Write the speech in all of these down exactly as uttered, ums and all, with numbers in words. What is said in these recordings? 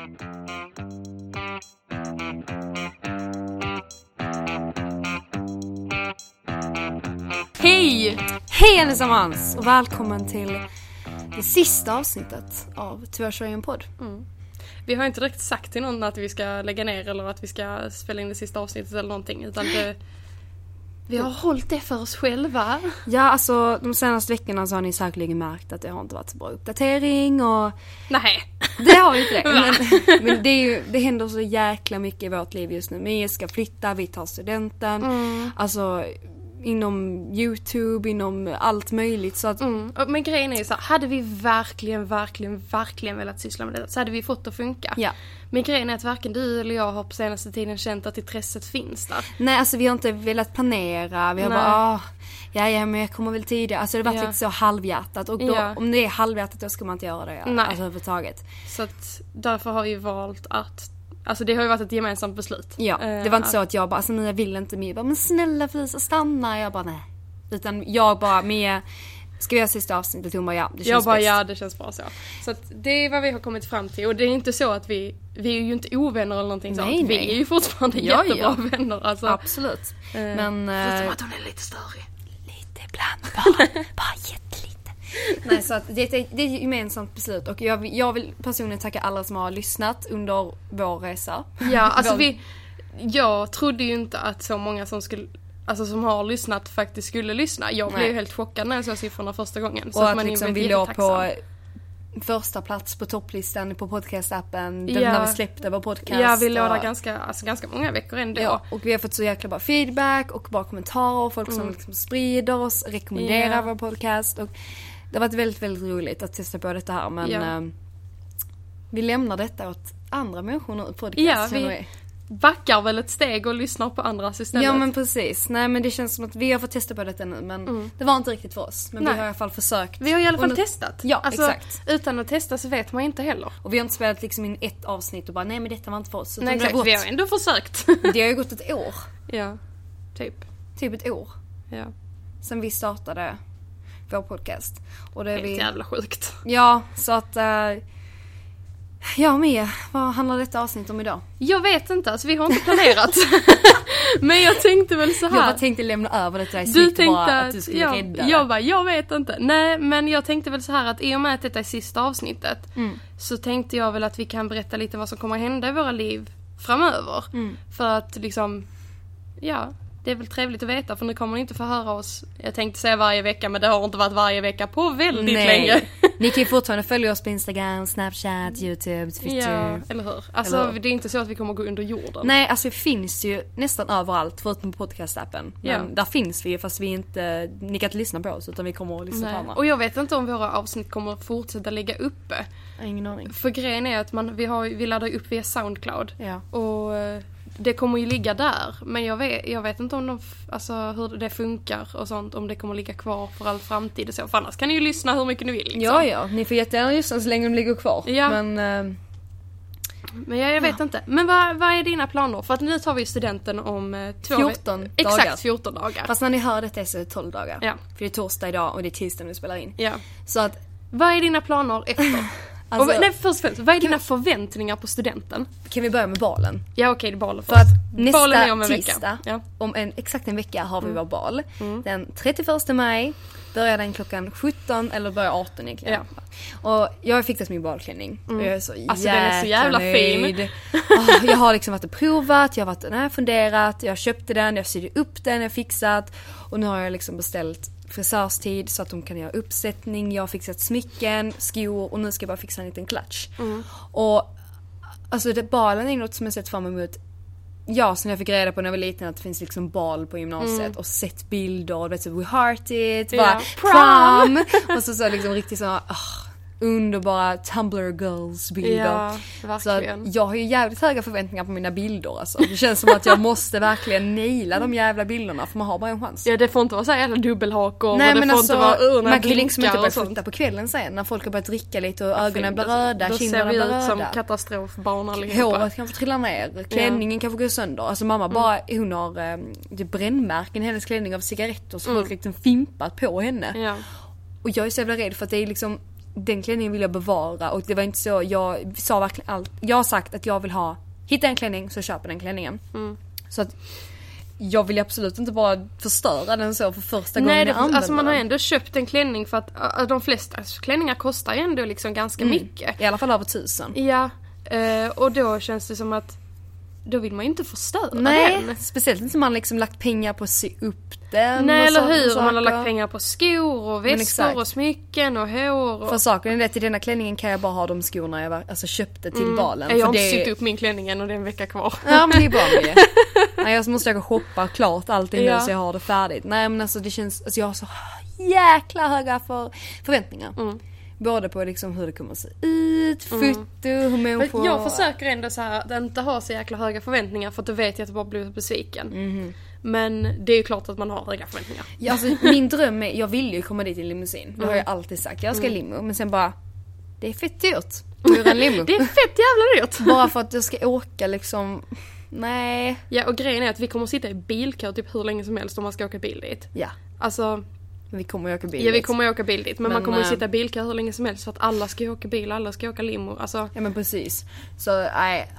Hej! Hej allesammans och välkommen till det sista avsnittet av Tyvärr så är en podd. Mm. Vi har inte direkt sagt till någon att vi ska lägga ner eller att vi ska spela in det sista avsnittet eller någonting, utan det, vi har hållit det för oss själva. Ja, alltså de senaste veckorna så har ni säkerligen märkt att det har inte varit så bra uppdatering och... Nej. Det har inte det. Men, men det, är ju, det händer så jäkla mycket i vårt liv just nu. Vi ska flytta, vi tar studenten. Mm. Alltså... inom YouTube, inom allt möjligt så att... Mm. Men grejen är ju så här, hade vi verkligen, verkligen, verkligen velat syssla med det så hade vi fått det att funka. Ja. Men grejen är att varken du eller jag har på senaste tiden känt att intresset finns där. Nej, alltså vi har inte velat planera. Vi har Nej. bara, åh, ja, ja, men jag kommer väl tidigare. Alltså det har varit Ja. lite så halvhjärtat. Och då, Ja. om det är halvhjärtat då ska man inte göra det. Ja. Nej. Alltså överhuvudtaget. Så att därför har vi valt att... Alltså det har ju varit ett gemensamt beslut. Ja, det var inte så att jag bara, alltså Mia vill inte mer. Men snälla Felicia, stanna. Jag bara, nej. Utan jag bara, Mia, ska vi göra sista avsnittet? Hon bara, ja, det känns Jag bara, bäst. ja, det känns bra så. Så att det är vad vi har kommit fram till. Och det är inte så att vi, vi är ju inte ovänner eller någonting Nej, sånt. nej. Vi är ju fortfarande Ja, jättebra ja. vänner. Alltså. Absolut. Eh, Men... förutom eh, att hon är lite störig. Lite ibland, bara, bara jättelite. Nej, så att det, är, det är ett gemensamt beslut. Och jag, jag vill personligen tacka alla som har lyssnat under vår resa. Ja, alltså Vår- vi... Jag trodde ju inte att så många som skulle... Alltså som har lyssnat faktiskt skulle lyssna. Jag blev Nej. ju helt chockad när jag såg siffrorna första gången. Så Och att att man liksom är vi låg på jättetacksam. första plats på topplistan på podcastappen. Ja. När vi släppte vår podcast. Ja, vi låg där och- ganska, alltså ganska många veckor ändå. Ja, och vi har fått så jäkla bra feedback och bra kommentarer. Folk som Mm. liksom sprider oss, rekommenderar Ja. vår podcast. Och det har varit väldigt, väldigt roligt att testa på detta här. Men Ja. eh, vi lämnar detta åt andra människor nu i podcast. Ja, känner vi backar väl ett steg och lyssnar på andras istället. Ja, men precis. Nej, men det känns som att vi har fått testa på detta nu. Men Mm. det var inte riktigt för oss. Men Nej. vi har i alla fall försökt. Vi har i alla fall Och nu- testat. Ja, alltså, exakt. Utan att testa så vet man inte heller. Och vi har inte spelat liksom in ett avsnitt och bara, nej men detta var inte för oss. Utan Nej, det har exakt. gått- Vi har ändå försökt. Det har ju gått ett år. Ja, typ. Typ ett år. Ja. Sen vi startade vår podcast. Och det är Helt vi... jävla sjukt. Ja, så att... Uh... Ja, Mia, vad handlar detta avsnitt om idag? Jag vet inte, alltså vi har inte planerat. Men jag tänkte väl så Jag här. bara tänkte lämna över det till dig. Du Du tänkte bara att, att du skulle jag, rädda jag det. bara, jag vet inte. Nej, men jag tänkte väl så här att i och med att detta är sista avsnittet Mm. så tänkte jag väl att vi kan berätta lite vad som kommer att hända i våra liv framöver. Mm. För att liksom, ja, det är väl trevligt att veta för nu kommer ni inte få höra oss. Jag tänkte säga varje vecka, men det har inte varit varje vecka på väldigt Nej. länge. Ni kan ju fortfarande följa oss på Instagram, Snapchat, YouTube, Twitter. Ja, eller hur? Alltså Eller hur? det är inte så att vi kommer gå under jorden. Nej, alltså det finns ju nästan överallt förutom på podcastappen. Men Ja. där finns vi ju fast vi inte... Ni kan inte lyssna på oss utan vi kommer att lyssna Nej. på andra. Och jag vet inte om våra avsnitt kommer att fortsätta ligga uppe. Jag har ingen aning. För grejen är att man, vi, har, vi laddar upp via Soundcloud. Ja. Och eh, det kommer ju ligga där. Men jag vet, jag vet inte om de, f- alltså, hur det funkar och sånt. Om det kommer ligga kvar för all framtid och så. För annars kan ni ju lyssna hur mycket ni vill. Liksom. Ja, ja. Ni får jättegärna lyssna så länge de ligger kvar. Ja. Men... eh, Men jag, jag vet inte. Men vad, vad är dina planer? För att nu tar vi studenten om eh, två fjorton ve- dagar. Exakt, fjorton dagar. Fast när ni hör detta är så är det tolv dagar. Ja. För det är torsdag idag och det är tisdag när vi spelar in. Ja. Så att... Vad är dina planer efter? Alltså, och, vad- nej, först och främst, vad är dina förväntningar på studenten? kan vi börja med balen? Ja, okej, det är balen För att Balen är nästa om en tisdag, vecka. Ja. om en, exakt en vecka har vi Mm. vår bal. Mm. Den trettioförsta maj börjar den klockan sjutton eller börjar arton egentligen. Ja. Och jag har fixat min balklänning. Mm. Och jag är så Alltså, jäkla den är så jävla nöjd. fin. Oh, jag har liksom varit och provat, jag har varit och nej, funderat, jag köpte den, jag sydde upp den, jag har fixat. Och nu har jag liksom beställt frisörstid så att de kan göra uppsättning. Jag har fixat smycken, skor och nu ska jag bara fixa en liten clutch. Mm. Och alltså det, balen är något som jag sett fram emot. Ja, som jag fick reda på när jag var liten att det finns liksom bal på gymnasiet Mm. och sett bilder och vet så we heart it, Ja. bara Prom. prom och så så liksom riktigt så oh, underbara Tumblr girls bilder. Ja, Så att verkligen. jag har ju jävligt höga förväntningar på mina bilder alltså. Det känns som att jag måste verkligen naila de jävla bilderna för man har bara en chans. Ja, det får inte vara så här jävla dubbelhakor. Nej och det men får alltså, inte vara uh, man kan ju liksom inte och börja sånt. flytta på kvällen sen när folk har börjat dricka lite och ögonen blir Då- röda, Då ser kinderna vi blir ut som röda. katastrofbarn allihopa. Håret kanske trillar ner, klänningen kanske går sönder. Alltså mamma bara, hon har eh, det brännmärken i hennes klänning av cigaretter så Mm. folk liksom fimpat på henne. Ja. Och jag är så jävla rädd för att det är liksom den klänningen vill jag bevara. Och det var inte så, jag sa verkligen allt. Jag har sagt att jag vill ha, hitta en klänning så köper den klänningen. Mm. Så att jag vill absolut inte bara förstöra den så för första gången. Nej, det, jag använder alltså man har den. ändå köpt en klänning för att uh, de flesta alltså, klänningar kostar ju ändå liksom ganska mm. mycket. I alla fall över tusen. Ja, uh, och då känns det som att då vill man ju inte förstöra Nej, den. speciellt inte som man liksom lagt pengar på att sy upp den. Nej, eller hur? Saker. Man har lagt pengar på skor och väskor och smycken och hår. Och... För saken är det, till denna klänningen kan jag bara ha de skorna jag var, alltså, köpte till mm. balen. Jag har för inte det... sytt upp min klänning än och det är en vecka kvar. Ja, men det är bra med det. Nej, jag måste jag shoppa klart allting ja. nu så jag har det färdigt. Nej, men alltså det känns, alltså jag har så jäkla höga för, förväntningar. Mm. Både på liksom hur det kommer att se ut, mm. foto, hur människor... Jag försöker ändå så här att inte ha så jäkla höga förväntningar för att då vet jag att jag bara blir besviken. Mm. Men det är ju klart att man har höga förväntningar. Ja, alltså, min dröm är, jag vill ju komma dit i limousin. Det har jag alltid sagt. Jag ska mm. limo, men sen bara, det är fett dyrt. En limo. Det är fett jävla dyrt. Bara för att jag ska åka liksom... Nej. Ja, och grejen är att vi kommer att sitta i bilkö typ hur länge som helst om man ska åka bil dit. Ja. Alltså... Vi kommer att åka bil dit. Ja, vi kommer att åka bil dit. Men, men man kommer att sitta i bilkö hur länge som helst för att alla ska åka bil, alla ska åka limo. Alltså... Ja, men precis. Så, nej.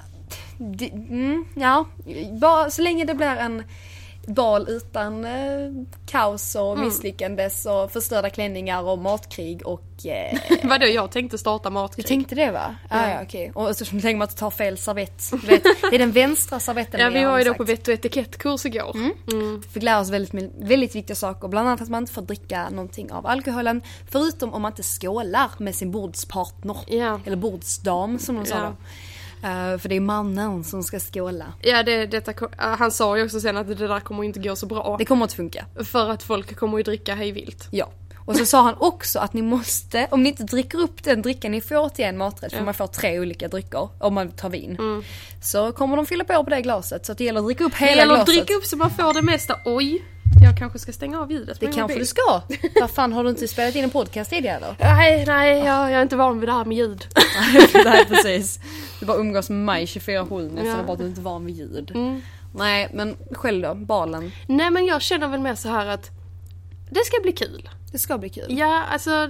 Mm, ja. Bara så länge det blir en bal utan eh, kaos och mm. misslyckandes och förstörda klänningar och matkrig och... Eh... Vadå, jag tänkte starta matkrig. Du tänkte det, va? Ja, ah, ja, okej. Okay. Och så tänker man att ta fel servett. Du vet, det är den vänstra servetten. Ja, vi var ju då på vett- och etikettkurs igår. Mm. Mm. Vi fick lära oss väldigt, väldigt viktiga saker. Bland annat att man inte får dricka någonting av alkoholen. Förutom om man inte skålar med sin bordspartner. Ja. Eller bordsdam, som de sa ja. då. Uh, för det är mannen som ska skåla. Ja, det, detta, uh, han sa ju också sen att det där kommer inte gå så bra. Det kommer inte funka. För att folk kommer ju dricka hejvilt. Ja. Och så sa han också att ni måste, om ni inte dricker upp den drickan ni får till en maträtt, för ja. man får tre olika drycker om man tar vin, mm. så kommer de fylla på på det glaset. Så att det gäller att dricka upp hela glaset. Det gäller att dricka upp så man får det mesta. Oj, jag kanske ska stänga av ljudet. Det kanske du ska. Vad fan, har du inte spelat in en podcast tidigare då? Nej, nej, jag, jag är inte van vid det här med ljud. Nej, precis. Du bara umgås med mig tjugofyra sju nästan, ja. bara att du inte är van vid ljud. Mm. Nej, men själv då, balen. Nej, men jag känner väl mer så här att det ska bli kul. Det ska bli kul. Ja, alltså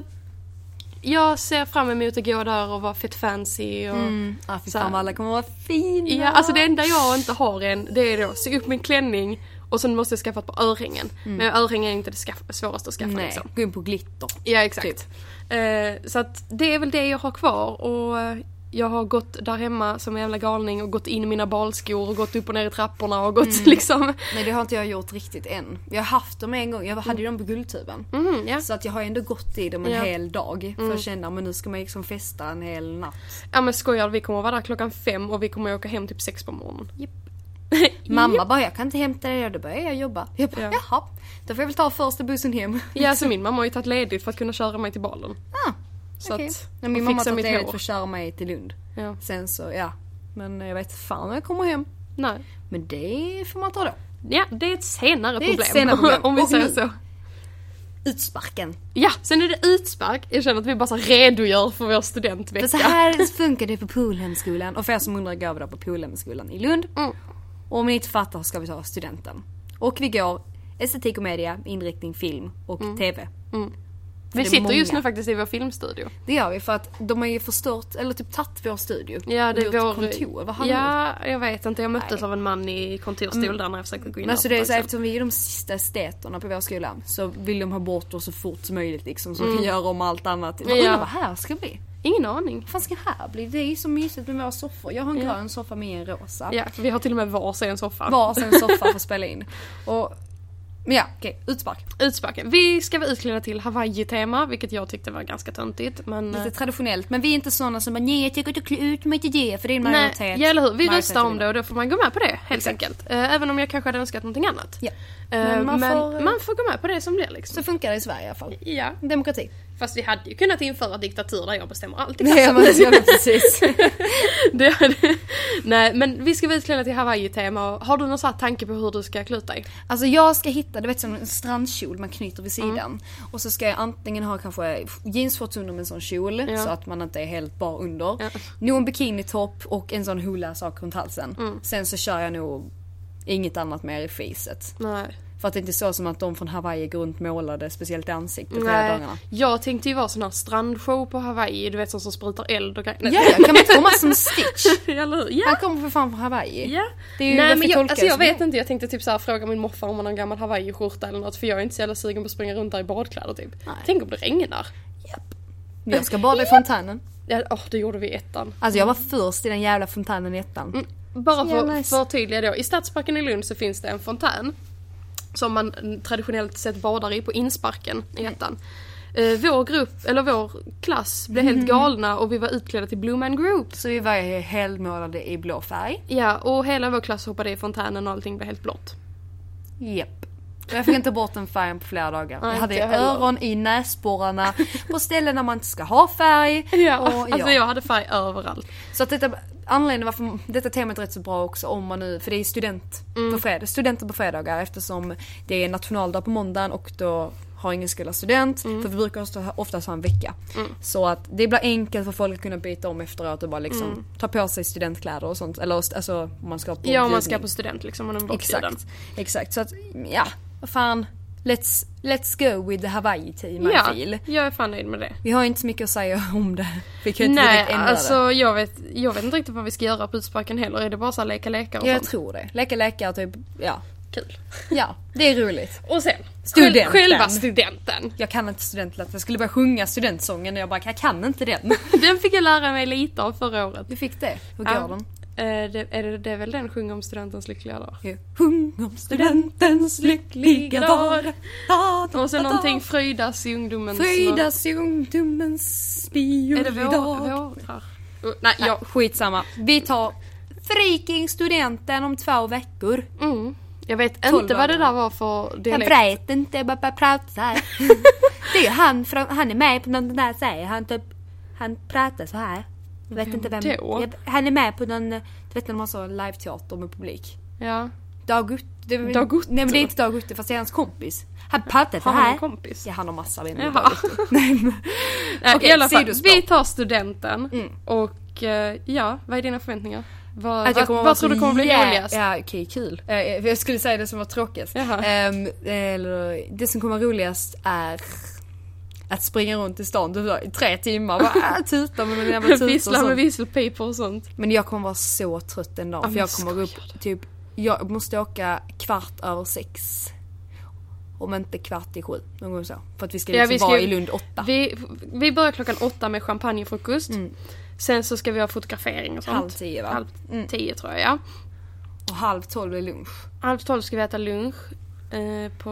jag ser fram emot att gå där och vara fett fancy och mm. ah, fy fan, alla kommer vara fina. Ja, alltså det enda jag inte har än, det är då sy upp min klänning och sen måste jag skaffa ett par örhängen. Mm. Men örhängen är inte det skaffa, svåraste att skaffa. Nej, liksom. gå in på glitter. Ja, exakt. Typ. Eh, så att det är väl det jag har kvar och jag har gått där hemma som en jävla galning och gått in i mina balskor och gått upp och ner i trapporna och gått mm. liksom. Nej, det har inte jag gjort riktigt än. Jag har haft dem en gång, jag hade ju dem på Guldtuben. Mm, yeah. Så att jag har ändå gått i dem en yeah. hel dag för mm. att känna, men nu ska man liksom festa en hel natt. Ja, men skojar, vi kommer vara där klockan fem och vi kommer åka hem typ sex på morgonen. Yep. Mamma yep. bara, jag kan inte hämta dig, då börjar jag jobba. Jag bara, ja. jaha, då får jag väl ta första bussen hem. Ja, så min mamma har ju tagit ledigt för att kunna köra mig till balen. Ah. Så okay. att, ja, min mamma har tagit ledigt för att köra mig till Lund. Ja. Sen så, ja. Men jag vet fan när jag kommer hem. Nej. Men det får man ta då. Ja, det är ett senare det problem. Ett senare problem. Om vi och säger nu, så. Utsparken. Ja, sen är det utspark. Jag känner att vi bara så redogör för vår studentvecka. För så här funkar det på Polhemskolan. Och för er som undrar går vi då på Polhemskolan i Lund. Mm. Och om ni inte fattar ska vi ta studenten. Och vi går estetik och media, inriktning, film och mm. tv. Mm. Vi sitter många. just nu faktiskt i vår filmstudio. Det gör vi för att de har ju förstört, eller typ tagit vår studio. Ja, det är vår kontor. Vad ja, jag vet inte. Jag möttes Nej. av en man i kontorsstol mm. där när jag försökte gå in. Men så det är så, eftersom vi är de sista esteterna på vår skola så vill de ha bort oss så fort som möjligt liksom, så mm. kan göra om allt annat. Vad ja. vad här ska bli? Ingen aning. Vad fan ska här bli? Det är ju så mysigt med våra soffor. Jag har en ja. grön soffa med en rosa. Ja, vi har till och med varsin soffa. Varsin soffa för att spela in. Och men ja, okej, okay. utspark. Utsparken. Vi ska vara utklädda till Hawaii-tema, vilket jag tyckte var ganska töntigt. Men... Lite traditionellt, men vi är inte sådana som bara, nej jag tycker inte klä ut mig till det, för det är en majoritet. Nej, ja, eller hur? Vi röstar om det och då får man gå med på det, helt Exakt. enkelt. Uh, även om jag kanske hade önskat någonting annat. Ja. Uh, men man, men får, man får gå med på det som blir liksom. Så funkar det i Sverige i alla fall. Ja. Demokrati. Fast vi hade ju kunnat införa diktatur där jag bestämmer allt i klassen. Nej, men det är precis. det, det. Nej, men vi ska vara utklädda till Hawaii-tema. Har du någon sån här tanke på hur du ska klä ut dig? Alltså jag ska hitta, du vet, som en strandkjol man knyter vid sidan. Mm. Och så ska jag antingen ha kanske jeansshorts under med en sån kjol, ja. så att man inte är helt bar under. Ja. Nog en bikinitopp och en sån hula sak runt halsen. Mm. Sen så kör jag nog inget annat mer i facet. Nej. För att det inte så som att de från Hawaii går runt målade speciellt i ansiktet flera Nej, dagarna. jag tänkte ju vara sån här strandshow på Hawaii, du vet sån som sprutar eld och grejer. Ja, kan man inte komma som Stitch? Eller hur? Ja. Han kommer för fan från Hawaii. Ja. Det är ju Nej men jag, tolka alltså jag som vet det. inte, jag tänkte typ så här fråga min morfar om han har en gammal Hawaii-skjorta eller något, för jag är inte så jävla sugen på att springa runt där i badkläder typ. Nej. Tänk om det regnar. Japp. Jag ska bada i fontänen. Ja, åh, det gjorde vi i ettan. Alltså jag var först i den jävla fontänen i ettan. Mm. Bara för Jävla att nice. förtydliga då, i Stadsparken i Lund så finns det en fontän som man traditionellt sett badar i på insparken i ettan. Eh, vår grupp, eller vår klass blev helt galna och vi var utklädda till Blue Man Group. Så vi var ju helmålade i blå färg. Ja, och hela vår klass hoppade i fontänen och allting blev helt blått. Japp. Jag fick inte bort den färgen på flera dagar. Nej, jag hade inte jag heller. öron i näsborrarna på ställen där man inte ska ha färg. Ja, Och, alltså ja. jag hade färg överallt. Så att detta, anledningen varför detta temat är rätt så bra också om man nu, för det är student på fredag, studenter på fredagar eftersom det är nationaldag på måndagen och då har ingen skola student, Mm. för vi brukar ofta- oftast ha en vecka. Så att det blir enkelt för folk att kunna byta om efteråt och bara liksom Mm. ta på sig studentkläder och sånt. Eller alltså om man ska på Ja, om man ska bjudning. på student liksom, man är bortbjuden. Exakt, exakt. Så att, ja, vad fan. Let's, let's go with the Hawaii team, I Ja, feel. jag är fan nöjd med det. Vi har ju inte så mycket att säga om det. Vi kan ju inte Nej, direkt ändra det. alltså jag vet, jag vet inte riktigt vad vi ska göra på utsparken heller. Är det bara så här leka lekar och Jag sånt? tror det. Leka lekar, typ, ja. Kul. Ja, det är roligt. Och sen, Studenten. själva studenten. Jag kan inte studentlåt. Jag skulle börja sjunga studentsången och jag bara, jag kan inte den. Den fick jag lära mig lite av förra året. Du fick det. Hur Ja. går den? Eh, det, är det, det är väl den sjung om studentens lyckliga dag? Jo. Sjung om studentens lyckliga dag. Da, da, Och sen da, någonting da. Fröjdas i ungdomens... Fröjdas i ungdomens bio Är det vår, idag. vårar? Uh, nej, Ja, jag... skitsamma. Vi tar freaking studenten om två veckor. Mm. Jag vet Tolv inte vad det dagar. där var för Jag dialekt. vet inte, jag bara, bara pratar så här. Det är ju han, från, han är med på någon där säger han typ, han pratar så här. Jag vet Vem inte vem. då? Jag, han är med på någon, du vet när de har så live-teater med publik. Ja. Dag Ut, det, Dag Utto? Nej men det är inte Dag Utte fast det är hans kompis. Han pratar så Har han här. en kompis? Ja, han har massa vänner. Jaha. Nej, men, Nej, Okej, i alla fall, sidospår. vi tar studenten. Mm. Och eh, ja, vad är dina förväntningar? Vad, Att jag kommer vad, vara vad tror du kommer bli jä- roligast? Ja, okej, kul. Eh, Jag skulle säga det som var tråkigast. Jaha. Ehm, eller, det som kommer vara roligast är att springa runt i stan du, i tre timmar. Bara äh, tuta med mina tutor och Vissla med sånt. visselpipor och sånt. Men jag kommer vara så trött en dag. Ja, För men jag kommer gå upp skojar typ, jag måste åka kvart över sex. Om inte kvart i sju. Någon gång så. För att vi ska Ja, liksom vi ska vara ju- i Lund åtta. Vi, vi börjar klockan åtta med champagnefrukost. Mm. Sen så ska vi ha fotografering och sånt. Halv tio, va? Halv Mm. tio tror jag, ja. Och halv tolv är lunch. Halv tolv ska vi äta lunch eh, på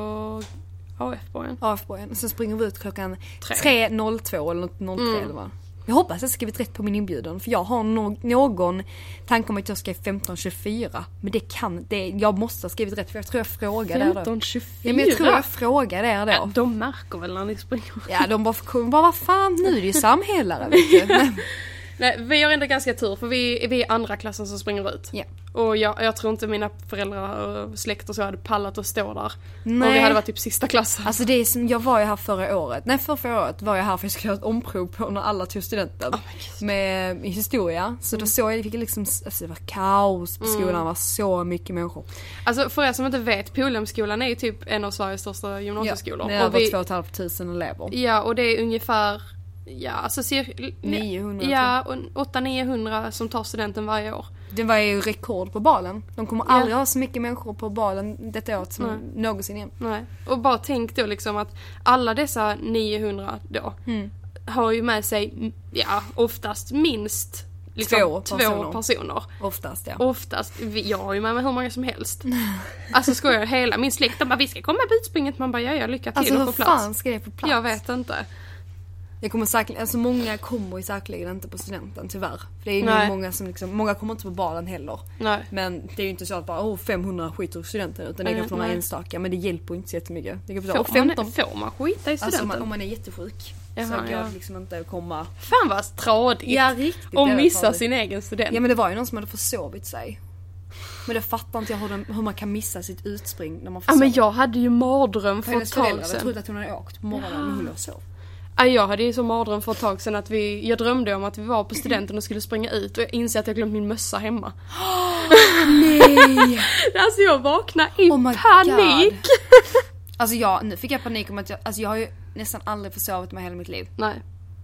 A F-borgen. A F-borgen. Sen springer vi ut klockan Tre. tre noll två eller något noll tre Mm. eller vad. Jag hoppas att jag skrivit rätt på min inbjudan. För jag har no- någon tanke om att jag ska femton tjugofyra. Men det kan, det, jag måste ha skrivit rätt för jag tror jag frågar där då. femton tjugofyra? Ja, men jag tror jag frågar där då. Ja, de märker väl när ni springer. Ja, de bara, kommer bara vad fan, nu är det ju samhällare, vet du. Nej. Nej, vi har ändå ganska tur för vi, vi är andra klassen som springer ut. Ja. Och jag, jag tror inte mina föräldrar och släkt och så hade pallat att stå där. Nej. Och vi hade varit typ sista klassen. Alltså det är som, jag var ju här förra året. Nej, för förra året var jag här för jag skulle ha ett omprov på när alla tog studenten. Oh my God. med i historia. Så då såg jag, det fick liksom, alltså det var kaos på skolan. Det var så mycket människor. Alltså för er som inte vet, Polhemskolan är ju typ en av Sveriges största gymnasieskolor. det är och vi, över två och ett halvt tusen elever. ja, och det är ungefär ja, alltså cir- niohundra ja, och åtta till niohundra som tar studenten varje år. Det var ju rekord på balen. De kommer Ja. aldrig ha så mycket människor på balen detta året som Nej. någonsin igen. Nej. Och bara tänk då liksom att alla dessa niohundra då Mm. har ju med sig, ja, oftast minst liksom, Två två personer. personer. Oftast, ja. Oftast, vi- jag har ju med mig hur många som helst. Alltså skojar jag, hela min släkt, de bara, vi ska komma på utspringet. Man bara, ja, ja, lycka till Alltså och hur få plats. fan ska det på plats? Jag vet inte. Jag kommer säkert, alltså många kommer ju säkerligen inte på studenten tyvärr. För det är ju Nej. många som liksom, många kommer inte på balen heller. Nej. Men det är ju inte så att bara oh, femhundra skiter i studenten utan det Nej, går för några nej. enstaka. Men det hjälper ju inte så jättemycket. Det går för så, Får, och femton, man, får man skita i studenten? alltså om man, om man är jättesjuk Jaha, så går ja. det liksom inte att komma. Fan vad tradigt. Ja, riktigt. Och jävla missa tradigt. sin egen student. Ja, men det var ju någon som hade försovit sig. Men det fattar inte jag hur, den, hur man kan missa sitt utspring när man Ja, försover. men jag hade ju mardröm För för ett hennes tag föräldrar sedan. trodde att hon hade åkt på morgonen men hon låg och sov. Jag hade ju så mardröm för ett tag sedan att vi, jag drömde om att vi var på studenten och skulle springa ut och jag inser att jag glömt min mössa hemma. Nej! Alltså jag vaknade i Oh panik. Alltså jag, nu fick jag panik om att jag, alltså jag har ju nästan aldrig försovit mig hela mitt liv. Nej.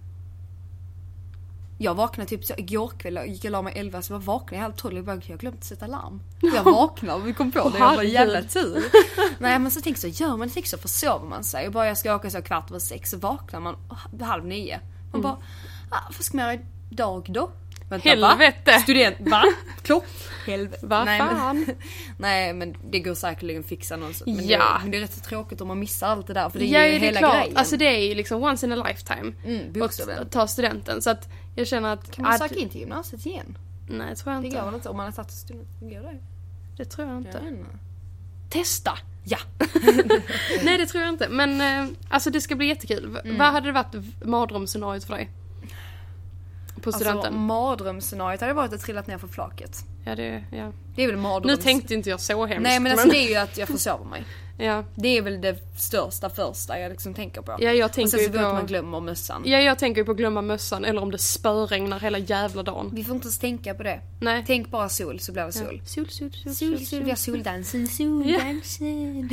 Jag vaknade typ så igår kväll och gick och la mig elva, så jag vaknade halv tolv och bara, jag glömde sätta larm. Jag vaknade och vi kom på det, jag var jävla tur. Nej men så tänkte jag, så gör man det så försover man sig. Och bara jag ska åka så kvart över sex, så vaknar man halv nio. Man bara, ah, vad ska man göra idag då? Vänta, helvete! Va? Student, va? Klock? Helvete. Va nej, fan? Men, nej men det går säkerligen att fixa något. Men, ja. det, men det är rätt så tråkigt om man missar allt det där, för det är ja, ju det hela är klart. grejen. Alltså det är ju liksom once in a lifetime. Mm, att ta studenten, så att jag känner att... Kan man att, söka in till gymnasiet igen? Nej, tror jag Det inte. går väl inte om man har tagit student. Det går det. Det tror jag inte. Ja, Testa! ja. Nej, det tror jag inte. Men eh, alltså det ska bli jättekul. Mm. Vad hade det varit mardrömsscenariot för dig? På studenten? Alltså mardrömsscenariot hade varit att trillat ner för flaket. Ja, det, ja. Det är väl mardröms... Nu tänkte inte jag så hemskt. Nej men alltså det är ju att jag försover mig. Ja. Det är väl det största första jag liksom tänker på. Ja, jag tänker och sen så ju på... på... att man glömmer mössan. Ja, jag tänker ju på att glömma mössan. Eller om det spöregnar hela jävla dagen. Vi får inte ens tänka på det. Nej. Tänk bara sol, så blir det sol. Ja. Sol, sol, sol, sol, sol. Vi har soldansen, soldansen.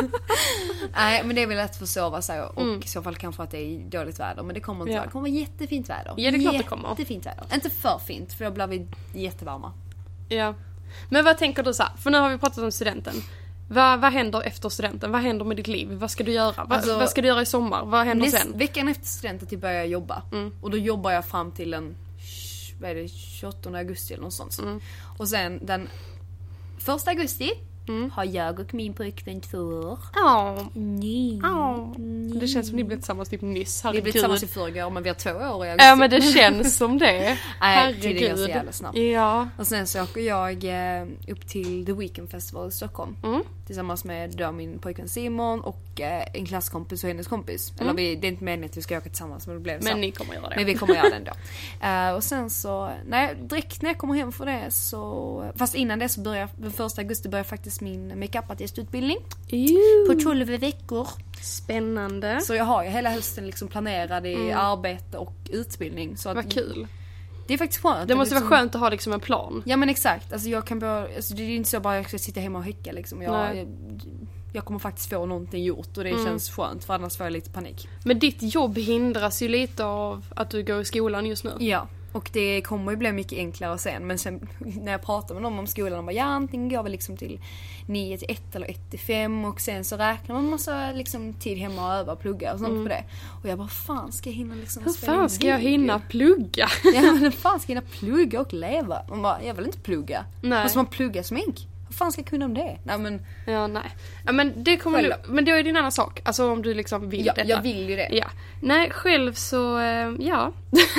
Nej, men det är väl att försova sig. Och mm. i så fall kanske att det är dåligt väder. Men det kommer inte ja. vara. Det kommer vara jättefint väder. Ja, det är klart det kommer. Jättefint väder. Inte för fint, för då blir vi jättevarma. Ja. Men vad tänker du så här? För nu har vi pratat om studenten. Vad, vad händer efter studenten? Vad händer med ditt liv? Vad ska du göra? Va, alltså, vad ska du göra i sommar? Vad händer näst, sen? Veckan efter studenten till börjar jag jobba. Mm. Och då jobbar jag fram till den vad är det, tjugoåttonde augusti eller något sånt. Mm. Och sen den första augusti mm. har jag och min pojkvän två år. Oh. Nej. Oh. Det känns som ni blev tillsammans typ nyss. Herregud. Vi blev tillsammans i förrgår, men vi har två år i augusti. Ja, men det känns som det. Herregud. Det går så jävla snabbt. Ja. Och sen så åker jag eh, upp till The Weekend Festival i Stockholm. Mm. Tillsammans med då min pojkvän Simon och eh, en klasskompis och hennes kompis. Mm. Eller vi, det är inte meningen att vi ska åka tillsammans, men det blev så. Men ni kommer göra det. Men vi kommer göra det ändå. uh, och sen så, nej, direkt när jag kommer hem för det så... Fast innan det så börjar, den första augusti börjar faktiskt min makeupartistutbildning. På tolv veckor. Spännande. Så jag har ju hela hösten liksom planerad i mm. arbete och utbildning. Så att, vad kul. Det är faktiskt skönt. Det måste liksom, vara skönt att ha liksom en plan. Ja men exakt. Alltså jag kan bara, alltså det är inte så bara att jag ska sitta hemma och häcka liksom. Jag, jag, jag kommer faktiskt få någonting gjort och det mm. känns skönt, för annars får jag lite panik. Men ditt jobb hindras ju lite av att du går i skolan just nu. Ja. Och det kommer ju bli mycket enklare sen. Men sen när jag pratar med dem om skolan, de bara, ja antingen går vi liksom till nio till ett eller ett till fem. Och sen så räknar man massa liksom tid hemma och öva och plugga och sånt mm. på det. Och jag bara, fan ska jag hinna liksom hur fan ska jag hinna plugga? Ja men hur fan ska jag hinna plugga och leva? Man bara, jag vill inte plugga. Nej. Måste man plugga smink? Vad fan ska jag kunna om det? Nej men... Ja nej. Ja, men det kommer du, men det är din annan sak. Alltså om du liksom vill ja, detta. jag vill ju det. Ja. Nej, själv så, äh, ja.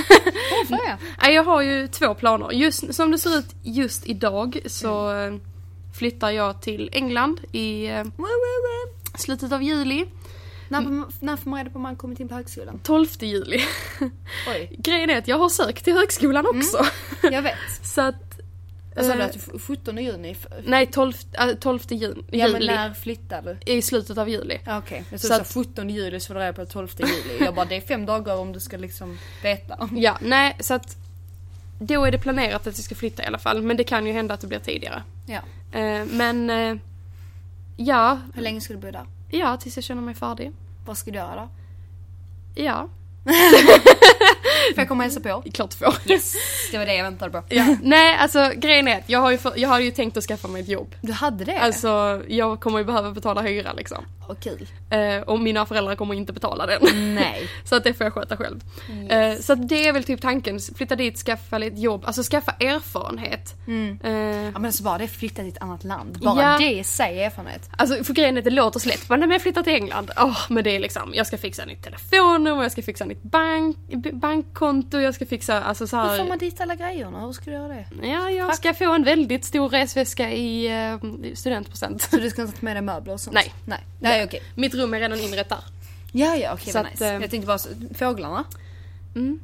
Varför jag? Nej, jag har ju två planer. Just som det ser ut just idag så mm. flyttar jag till England i äh, slutet av juli. När, mm. när får man reda på om man kommit in på högskolan? tolfte juli. Oj. Grejen är att jag har sökt till högskolan också. Mm. Jag vet. Så att Alltså äh, att sjuttonde juni? Nej, tolfte juni. Ja, men när flyttar du? I slutet av juli. Okej, okay. Jag så, så att sjuttonde juli så var det på tolfte juli. Jag bara, det är fem dagar om du ska liksom veta. Ja, nej, så att då är det planerat att jag ska flytta i alla fall. Men det kan ju hända att det blir tidigare. Ja. Uh, men, uh, ja. Hur länge ska du bo där? Ja, tills jag känner mig färdig. Vad ska du göra då? Ja. Får jag komma och hälsa på? Klart får. Yes, det var det jag väntade på. Ja. Nej, alltså grejen är att jag har, ju för, jag har ju tänkt att skaffa mig ett jobb. Du hade det? Alltså, jag kommer ju behöva betala hyra liksom. Och kul. Eh, och mina föräldrar kommer inte betala den. Nej. Så att det får jag sköta själv. Yes. Eh, så att det är väl typ tanken. Flytta dit, skaffa lite jobb. Alltså skaffa erfarenhet. Mm. Eh, ja men alltså bara det, flytta till ett annat land. Bara ja. Det säger erfarenhet. Alltså för grejen är att det låter så lätt. Men när jag flyttar till England. Åh, oh, men det är liksom, jag ska fixa nytt telefonnummer, jag ska fixa nytt bank, bankkonto, jag ska fixa alltså så här. Hur får man dit alla grejerna? Hur ska du göra det? Ja, jag ska få en väldigt stor resväska i uh, studentpresent. Så du ska inte ta med dig möbler och sånt? Nej. Nej, det är okej. Mitt rum är redan inrett där. Ja, ja, okej, så vad nice. Att, jag tänkte bara, fåglarna? Mm.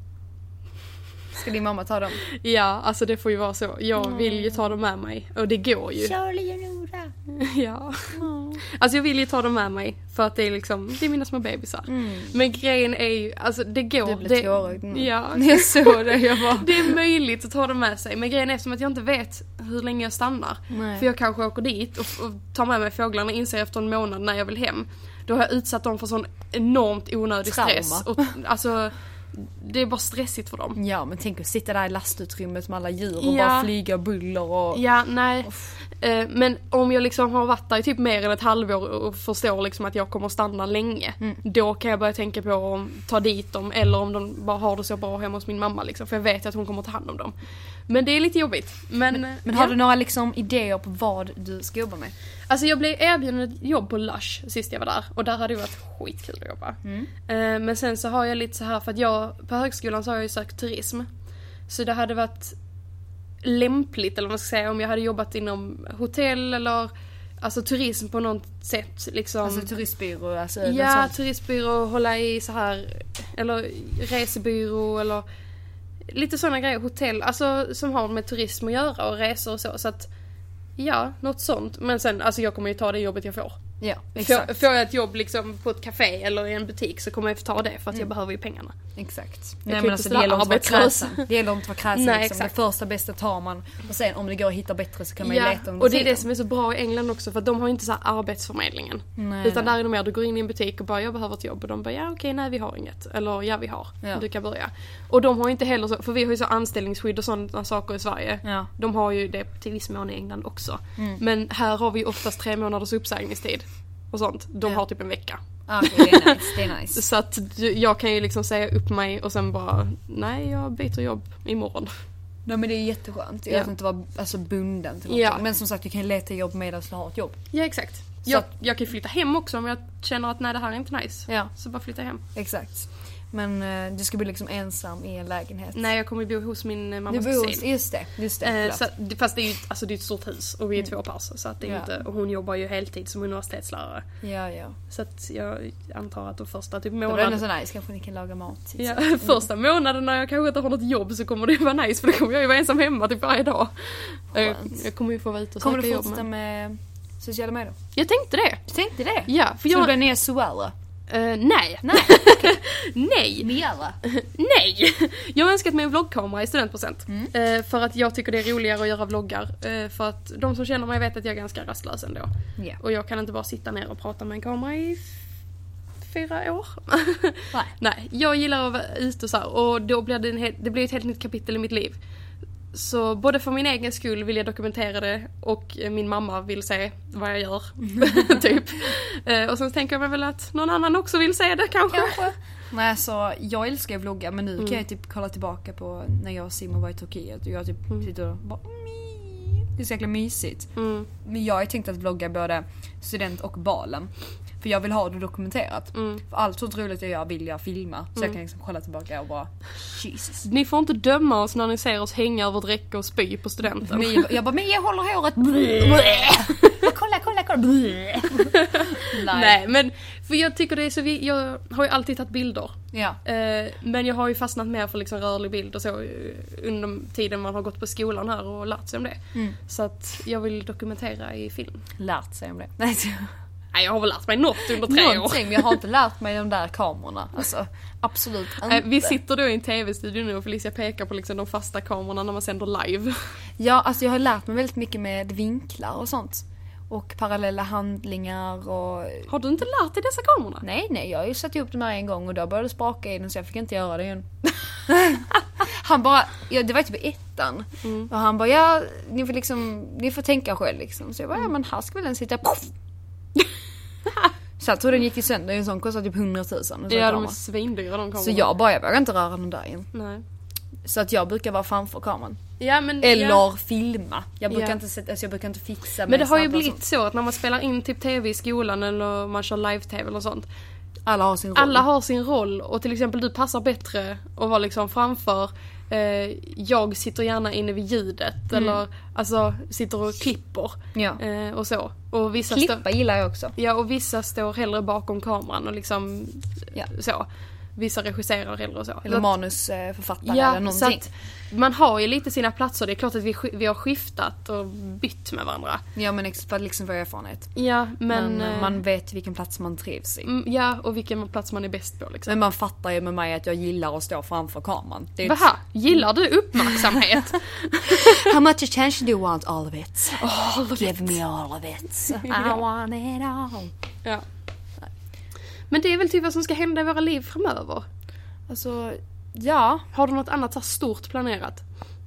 Ska din mamma ta dem? Ja, alltså det får ju vara så. Jag vill ju ta dem med mig. Och det går ju. Charlie och Nora. Ja. Alltså jag vill ju ta dem med mig för att det är liksom, det är mina små bebisar. Mm. Men grejen är ju, alltså det går. Du blir tårögd nu. Ja. Jag såg det, jag bara. Det är möjligt att ta dem med sig. Men grejen är som att jag inte vet hur länge jag stannar. Nej. För jag kanske åker dit och, och tar med mig fåglarna och inser efter en månad när jag vill hem. Då har jag utsatt dem för sån enormt onödig Trauma. stress. Och, alltså, det är bara stressigt för dem. Ja, men tänk att sitta där i lastutrymmet med alla djur och ja. bara flyga och buller och... Ja, nej. Uff. Men om jag liksom har varit där i typ mer än ett halvår och förstår liksom att jag kommer stanna länge, mm. då kan jag börja tänka på att ta dit dem eller om de bara har det så bra hemma hos min mamma liksom, för jag vet att hon kommer ta hand om dem. Men det är lite jobbigt. Men, men, men har ja. du några liksom idéer på vad du ska jobba med? Alltså jag blev erbjuden ett jobb på Lush sist jag var där och där hade det varit skitkul att jobba. Mm. Men sen så har jag lite så här, för att jag på högskolan så har jag ju sökt turism. Så det hade varit lämpligt, eller vad man ska säga, om jag hade jobbat inom hotell eller alltså turism på något sätt liksom. Alltså turistbyrå, alltså ja, turistbyrå, hålla i så här, eller resebyrå eller lite sådana grejer, hotell, alltså som har med turism att göra och resor och så, så att ja, något sånt. Men sen, alltså jag kommer ju ta det jobbet jag får. Ja, exakt. Får, får jag ett jobb liksom på ett café eller i en butik så kommer jag få ta det för att mm. jag behöver ju pengarna. Exakt. Nej, men alltså, det gäller inte att vara kräsen. Det gäller inte att vara kräsen. Nej, liksom. Det första bästa tar man och sen om det går att hitta bättre så kan man ja, ju leta under och det är sidan. det som är så bra i England också, för att de har inte så här arbetsförmedlingen. Nej, utan nej. Där är det mer, du går in i en butik och bara jag behöver ett jobb och de bara ja okej, nej vi har inget. Eller ja vi har, ja. Du kan börja. Och de har inte heller så, för vi har ju så anställningsskydd och sådana saker i Sverige. Ja. De har ju det till viss mån i England också. Mm. Men här har vi oftast tre månaders uppsägningstid. Och sånt. De ja. har typ en vecka. Ah, okay, det är nice, det är nice. Så att jag kan ju liksom säga upp mig och sen bara, nej jag byter jobb imorgon. Nej men det är jätteskönt. Jag ja. vet inte vara alltså, bunden till något. Ja. Men som sagt, jag kan ju leta jobb medan jag har ett jobb. Ja exakt. Jag, att, jag kan ju flytta hem också om jag känner att nej det här är inte nice. Ja. Så bara flytta hem. Exakt. Men uh, du ska bli liksom ensam i en lägenhet. Nej, jag kommer bo hos min mammas kusin. Hos, just det, just det. Uh, så, fast det är ju alltså, det är ett stort hus och vi är mm. två pers. Så att det är ja. inte, och hon jobbar ju heltid som universitetslärare. Ja, ja. Så att jag antar att de första typ månaden... Det var ändå så nice, kanske ni kan laga mat. Ja, mm. första månaden när jag kanske inte har något jobb så kommer det vara nice. För då kommer jag ju vara ensam hemma typ varje dag. Jag, jag kommer ju få vara ute och kommer söka jobb. Kommer du fortsätta med sociala medier? Jag tänkte det. Du tänkte det? Ja. För jag... Så du blir ner Suella? Uh, nej. Nej. nej. Mera. nej. Jag har önskat mig en vloggkamera i studentpresent. Mm. Uh, för att jag tycker det är roligare att göra vloggar. Uh, för att de som känner mig vet att jag är ganska rastlös ändå. Yeah. Och jag kan inte bara sitta ner och prata med en kamera i f- fyra år. nej. nej. Jag gillar att vara ute och så här. Och då blir det, en he- det blir ett helt nytt kapitel i mitt liv. Så både för min egen skull vill jag dokumentera det och min mamma vill se vad jag gör. typ. Eh, och sen tänker jag väl att någon annan också vill se det kanske. kanske. Nej, så jag älskar att vlogga men nu mm. kan jag typ kolla tillbaka på när jag och Simon var i Turkiet och jag typ mm. sitter och bara det är så jäkla mysigt. Mm. Men jag har tänkt att vlogga både student och balen. För jag vill ha det dokumenterat. Mm. För allt så roligt jag gör vill jag filma. Så mm. jag kan liksom kolla tillbaka och bara Jesus. Ni får inte döma oss när ni ser oss hänga över ett räcke och spy på studenten. Men jag, jag bara, men jag håller håret. kolla, kolla, kolla. Nej. Nej, men för jag tycker det är så vi, jag har ju alltid tagit bilder. Ja. Eh, men jag har ju fastnat mer för liksom rörlig bild och så under tiden man har gått på skolan här och lärt sig om det. Mm. Så att jag vill dokumentera i film. Lärt sig om det. Nej, Nej, jag har väl lärt mig något under tre Någonting, år. Men jag har inte lärt mig de där kamerorna. Alltså, absolut inte. Vi sitter då i en tv-studio nu och Felicia pekar på liksom de fasta kamerorna när man sänder live. Ja, alltså jag har lärt mig väldigt mycket med vinklar och sånt. Och parallella handlingar och... Har du inte lärt dig dessa kamerorna? Nej, nej. Jag har ju satt ihop dem här en gång och då började det spraka i den så jag fick inte göra det igen. Han bara... Ja, det var typ i ettan. Mm. Och han bara, ja, ni får liksom... Ni får tänka själv liksom. Så jag bara, ja men här ska väl den sitta... Puff! Så jag tror den gick i sönder. En sån kostar typ hundratusen. Ja, de är svindyra de kamerorna. Så jag bara, jag vågar inte röra den där igen. Nej. Så att jag brukar vara framför kameran. Ja, men, eller ja. filma. Jag brukar, ja. inte sätta, alltså jag brukar inte fixa. Men det har ju blivit så att när man spelar in typ tv i skolan eller man kör live-tv eller sånt. Alla har sin roll. Alla har sin roll. Och till exempel du passar bättre att vara liksom framför. Eh, jag sitter gärna inne vid ljudet. Mm. Eller alltså sitter och klipper. Ja. Eh, och så. Och vissa Klippa stå- gillar jag också. Ja, och vissa står hellre bakom kameran och liksom ja. så. vissa regisserar eller så. Eller så manusförfattare ja, eller någonting. Så att man har ju lite sina platser. Det är klart att vi, vi har skiftat och bytt med varandra. Ja, men för att liksom få erfarenhet. Ja, men... men man vet vilken plats man trivs i. Ja, och vilken plats man är bäst på liksom. Men man fattar ju med mig att jag gillar att stå framför kameran. Det är Vaha, gillar du uppmärksamhet? How much attention do you want? All of it. All of Give it. me all of it. I want it all. Ja. Men det är väl typ vad som ska hända i våra liv framöver. Alltså, ja. Har du något annat så stort planerat?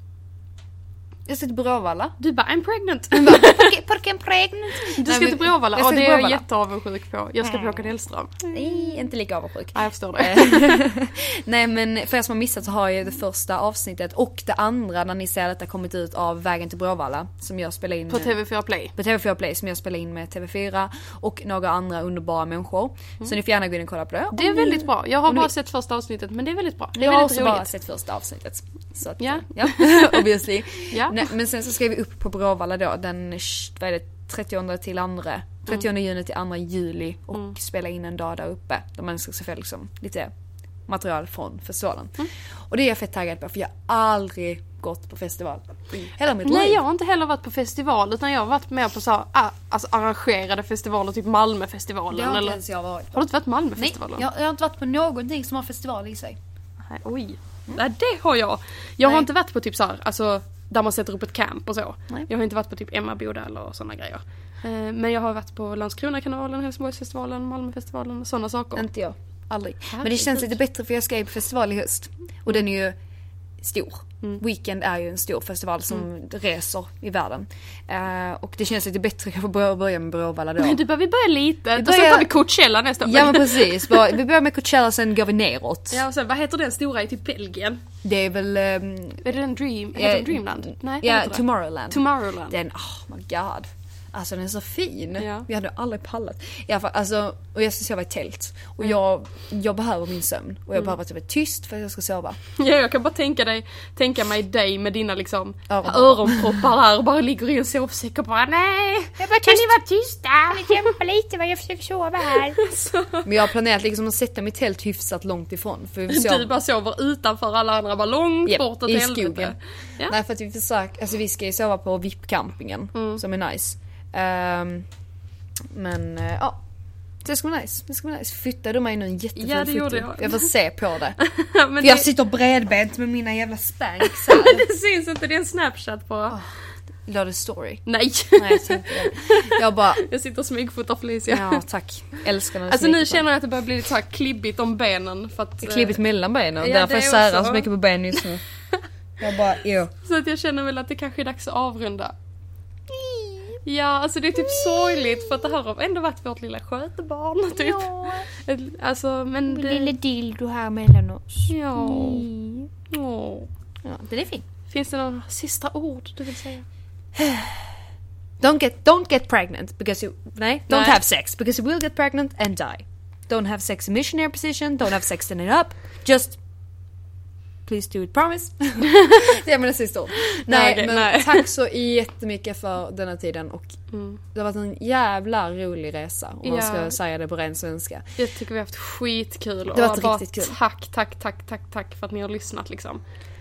Jag sitter på Bråvalla. Du bara, I'm pregnant. Porque I'm pregnant. Du ska till Bråvalla. Ja, det är jag jätteavundsjuk på. Jag ska Mm. på Håkan Hellström. Nej, inte lika avundsjuk. Ja, jag förstår det. Nej, men för er som har missat så har jag det första avsnittet och det andra när ni ser att det har kommit ut av Vägen till Bråvalla som jag spelar in På T V fyra Play. På T V fyra Play som jag spelar in med T V fyra och några andra underbara människor. Mm. Så ni får gärna gå in och kolla på det. Det är väldigt bra. Jag har bara ni... sett första avsnittet, men det är väldigt bra. Det är jag har väldigt också roligt. bara sett första avsnittet. Så att, ja. ja, obviously. Ja. Nej, men sen så ska vi upp på Bråvalla då den vad är det, trettionde till andra trettionde juni till andra juli och mm. spela in en dag där uppe där man ska se liksom lite material från festivalen. Mm. Och det är jag fett taggad på för jag har aldrig gått på festival i hela mitt liv. Nej, jag har inte heller varit på festival utan jag har varit med på så här, alltså arrangerade festivaler, typ Malmöfestivalen. Det har inte eller... ens jag varit. Har du inte varit på Malmöfestivalen? Nej, jag, jag har inte varit på någonting som har festival i sig. Nej, oj. Mm. Nej, det har jag. Jag Nej. har inte varit på typ så här, alltså där man sätter upp ett camp och så. Nej. Jag har inte varit på typ Emmaboda eller sådana grejer. Men jag har varit på Landskrona-kanalen, Helsingborgsfestivalen, Malmöfestivalen och sådana saker. Inte jag. Aldrig. Herregud. Men det känns lite bättre för jag ska ju på festival i höst. Och den är ju stor. Mm. Weekend är ju en stor festival som mm. reser i världen. Uh, och det känns lite bättre att börja, börja med Bråvalla då. Du behöver börja lite. Då börjar... tar vi Coachella nästa år. Ja, men precis. Vi börjar med Coachella, sen går vi neråt. Ja, och sen, vad heter den stora i typ Belgien? Det är väl... Um, är det den Dream? Heter den Dreamland? Nej, ja, Tomorrowland. Tomorrowland. Den, oh my god. Alltså den är så fin. Ja. Vi hade aldrig pallat. I alla fall, alltså, och jag ska sova i tält. Och mm. jag, jag behöver min sömn. Och jag mm. behöver att det är tyst för att jag ska sova. Ja, jag kan bara tänka, dig, tänka mig dig med dina liksom öronproppar där och bara ligger i en sovsäck och bara nej. Jag bara, kan ni vara tysta? Vi kämpar lite vad jag försöker sova här. Men jag har planerat liksom att sätta mitt tält hyfsat långt ifrån. För vi du bara sover utanför alla andra, bara långt yep, bort åt i helvete. skogen. Ja. Nej, för att vi försöker, alltså vi ska ju sova på V I P-campingen mm. som är nice. Um, men uh, ja, det ska vara nice. Det ska vara nice. Flyttade du mig nu en jättefin ja, det gjorde jag. Jag får se på det. Men för det... jag sitter bredbent med mina jävla spanks. Det syns inte, det är en Snapchat på. Oh, la det story. Nej. Nej, jag tänkte det. Jag bara jag sitter och smygfotar Felicia. Ja, tack. Älskar när alltså nu känner jag att det börjar bli lite så här klibbigt om benen för att klibbigt mellan benen. Ja, därför jag särar så mycket på benen just nu. Jag bara, jo. Så att jag känner väl att det kanske är dags att avrunda. Ja, alltså det är typ sorgligt för att det här har ändå varit vårt lilla skötebarn typ. Ja. Alltså, men det... lilla dildo här mellan oss. Ja. Mm. Ja. Ja, det är fint. Finns det några sista ord du vill säga? Don't get don't get pregnant because you nej, don't nej. have sex because you will get pregnant and die. Don't have sex in missionary position, don't have sex standing up. Just please do it, promise. Det är mina sista ord. Nej, okay, men nej. Tack så jättemycket för denna tiden och mm. det har varit en jävla rolig resa om ja. man ska säga det på ren svenska. Jag tycker vi har haft skitkul. Det har varit riktigt kul. Tack, tack, tack, tack, tack för att ni har lyssnat liksom.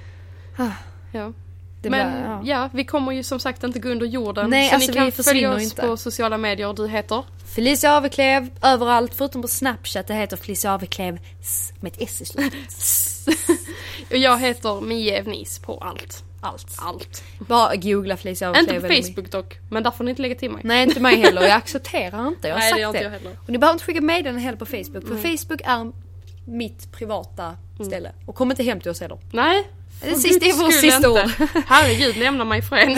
Ja. Det men bara, ja. ja, vi kommer ju som sagt inte gå under jorden. Nej, så alltså, ni kan vi följa oss inte. på sociala medier. Du heter? Felicia Aveklev överallt förutom på Snapchat. Det heter Felicia Aveklev med ett S i slutet. Och jag heter Mie Evnis på allt. Allt. Allt. Bara googla Felicia Aveklev. Inte på Facebook dock, men där får ni inte lägga till mig. Nej, inte mig heller. Jag accepterar inte. Jag har Nej, sagt det. det. Inte jag heller. Och ni behöver inte skicka meddelanden heller på Facebook. För mm. Facebook är mitt privata ställe. Och kom inte hem till oss heller. Nej. Det, sista, det är vår sista ord. Herregud, lämna mig fred.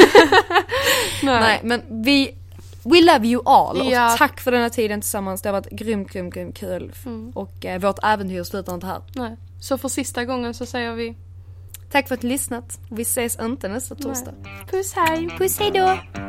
Nej. Nej, men vi... We love you all. Ja. Och tack för den här tiden tillsammans. Det har varit grymt, grymt, grymt kul. Mm. Och eh, vårt äventyr slutar inte här. Nej. Så för sista gången så säger vi... Tack för att ni lyssnat. Vi ses inte nästa torsdag. Nej. Puss, hej. Puss, hej då.